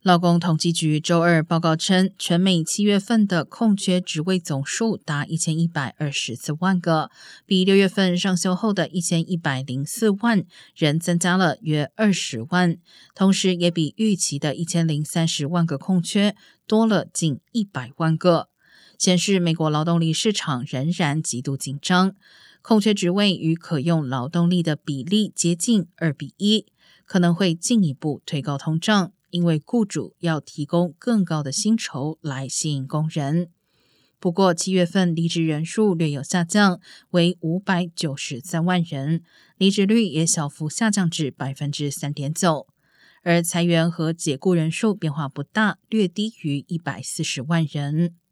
劳工统计局周二报告称，全美7月份的空缺职位总数达1124万个，比6月份上修后的1104万人增加了约20万，同时也比预期的1030万个空缺多了近100万个，显示美国劳动力市场仍然极度紧张，空缺职位与可用劳动力的比例接近2:1，可能会进一步推高通胀，因为雇主要提供更高的薪酬来吸引工人。不过7月份离职人数略有下降，为593万人，离职率也小幅下降至 3.9%， 而裁员和解雇人数变化不大，略低于140万人。